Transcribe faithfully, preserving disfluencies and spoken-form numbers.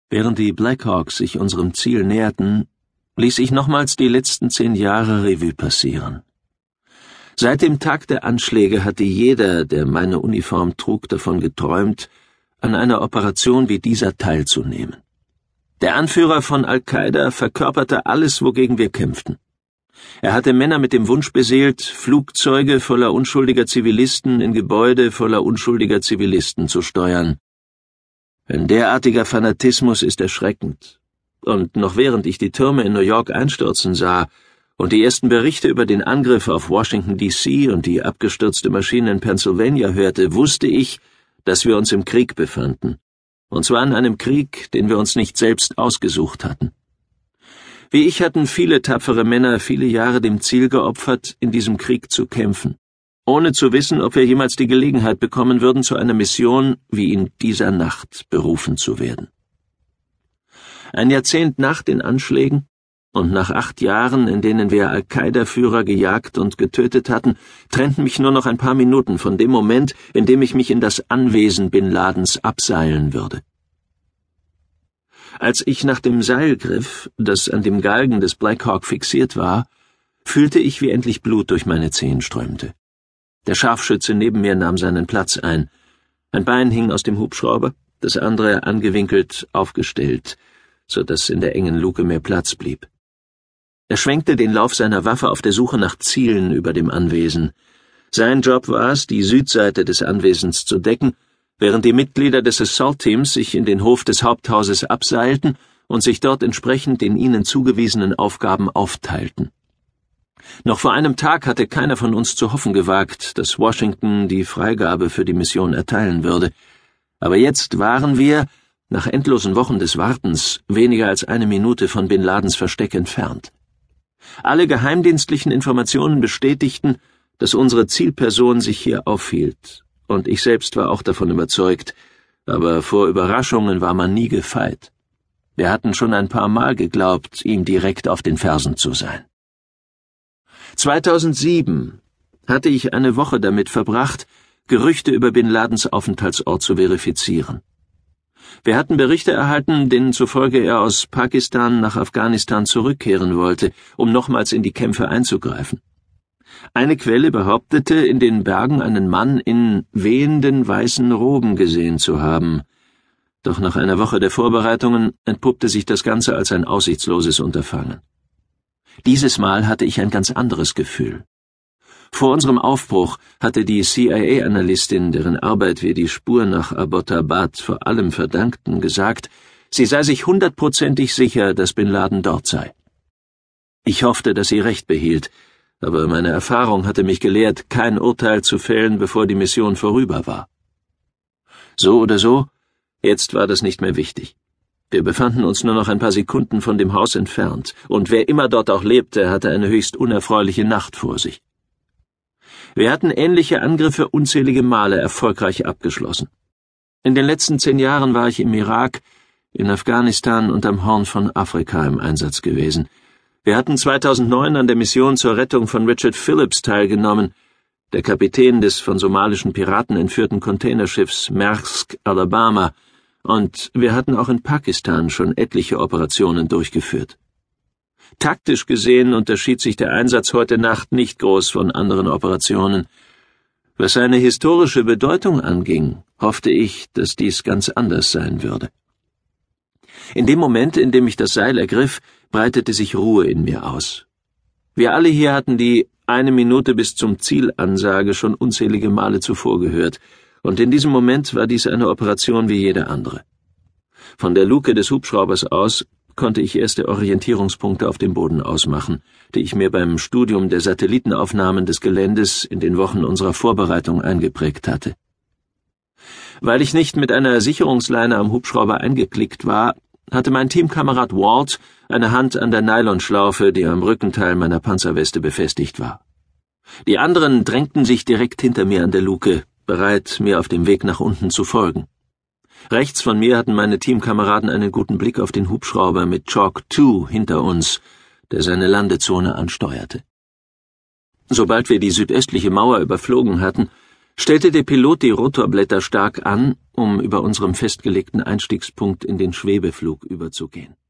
Während die Blackhawks sich unserem Ziel näherten, ließ ich nochmals die letzten zehn Jahre Revue passieren. Seit dem Tag der Anschläge hatte jeder, der meine Uniform trug, davon geträumt, an einer Operation wie dieser teilzunehmen. Der Anführer von Al-Qaida verkörperte alles, wogegen wir kämpften. Er hatte Männer mit dem Wunsch beseelt, Flugzeuge voller unschuldiger Zivilisten in Gebäude voller unschuldiger Zivilisten zu steuern. Ein derartiger Fanatismus ist erschreckend. Und noch während ich die Türme in New York einstürzen sah und die ersten Berichte über den Angriff auf Washington D C und die abgestürzte Maschine in Pennsylvania hörte, wusste ich, dass wir uns im Krieg befanden. Und zwar in einem Krieg, den wir uns nicht selbst ausgesucht hatten. Wie ich hatten viele tapfere Männer viele Jahre dem Ziel geopfert, in diesem Krieg zu kämpfen, ohne zu wissen, ob wir jemals die Gelegenheit bekommen würden, zu einer Mission wie in dieser Nacht berufen zu werden. Ein Jahrzehnt nach den Anschlägen und nach acht Jahren, in denen wir Al-Qaida-Führer gejagt und getötet hatten, trennten mich nur noch ein paar Minuten von dem Moment, in dem ich mich in das Anwesen Bin Ladens abseilen würde. Als ich nach dem Seil griff, das an dem Galgen des Black Hawk fixiert war, fühlte ich, wie endlich Blut durch meine Zehen strömte. Der Scharfschütze neben mir nahm seinen Platz ein. Ein Bein hing aus dem Hubschrauber, das andere angewinkelt aufgestellt, so dass in der engen Luke mehr Platz blieb. Er schwenkte den Lauf seiner Waffe auf der Suche nach Zielen über dem Anwesen. Sein Job war es, die Südseite des Anwesens zu decken, während die Mitglieder des Assault-Teams sich in den Hof des Haupthauses abseilten und sich dort entsprechend den ihnen zugewiesenen Aufgaben aufteilten. Noch vor einem Tag hatte keiner von uns zu hoffen gewagt, dass Washington die Freigabe für die Mission erteilen würde. Aber jetzt waren wir, nach endlosen Wochen des Wartens, weniger als eine Minute von Bin Ladens Versteck entfernt. Alle geheimdienstlichen Informationen bestätigten, dass unsere Zielperson sich hier aufhielt, und ich selbst war auch davon überzeugt, aber vor Überraschungen war man nie gefeit. Wir hatten schon ein paar Mal geglaubt, ihm direkt auf den Fersen zu sein. zweitausendsieben hatte ich eine Woche damit verbracht, Gerüchte über Bin Ladens Aufenthaltsort zu verifizieren. Wir hatten Berichte erhalten, denen zufolge er aus Pakistan nach Afghanistan zurückkehren wollte, um nochmals in die Kämpfe einzugreifen. Eine Quelle behauptete, in den Bergen einen Mann in wehenden weißen Roben gesehen zu haben. Doch nach einer Woche der Vorbereitungen entpuppte sich das Ganze als ein aussichtsloses Unterfangen. Dieses Mal hatte ich ein ganz anderes Gefühl. Vor unserem Aufbruch hatte die C I A-Analystin, deren Arbeit wir die Spur nach Abbottabad vor allem verdankten, gesagt, sie sei sich hundertprozentig sicher, dass Bin Laden dort sei. Ich hoffte, dass sie recht behielt, aber meine Erfahrung hatte mich gelehrt, kein Urteil zu fällen, bevor die Mission vorüber war. So oder so, jetzt war das nicht mehr wichtig. Wir befanden uns nur noch ein paar Sekunden von dem Haus entfernt, und wer immer dort auch lebte, hatte eine höchst unerfreuliche Nacht vor sich. Wir hatten ähnliche Angriffe unzählige Male erfolgreich abgeschlossen. In den letzten zehn Jahren war ich im Irak, in Afghanistan und am Horn von Afrika im Einsatz gewesen. Wir hatten zweitausendneun an der Mission zur Rettung von Richard Phillips teilgenommen, der Kapitän des von somalischen Piraten entführten Containerschiffs Maersk Alabama, und wir hatten auch in Pakistan schon etliche Operationen durchgeführt. Taktisch gesehen unterschied sich der Einsatz heute Nacht nicht groß von anderen Operationen. Was seine historische Bedeutung anging, hoffte ich, dass dies ganz anders sein würde. In dem Moment, in dem ich das Seil ergriff, breitete sich Ruhe in mir aus. Wir alle hier hatten die eine Minute bis zum Ziel Ansage schon unzählige Male zuvor gehört, und in diesem Moment war dies eine Operation wie jede andere. Von der Luke des Hubschraubers aus konnte ich erste Orientierungspunkte auf dem Boden ausmachen, die ich mir beim Studium der Satellitenaufnahmen des Geländes in den Wochen unserer Vorbereitung eingeprägt hatte. Weil ich nicht mit einer Sicherungsleine am Hubschrauber eingeklickt war, hatte mein Teamkamerad Walt eine Hand an der Nylonschlaufe, die am Rückenteil meiner Panzerweste befestigt war. Die anderen drängten sich direkt hinter mir an der Luke, bereit, mir auf dem Weg nach unten zu folgen. Rechts von mir hatten meine Teamkameraden einen guten Blick auf den Hubschrauber mit Chalk zwei hinter uns, der seine Landezone ansteuerte. Sobald wir die südöstliche Mauer überflogen hatten, stellte der Pilot die Rotorblätter stark an, um über unserem festgelegten Einstiegspunkt in den Schwebeflug überzugehen.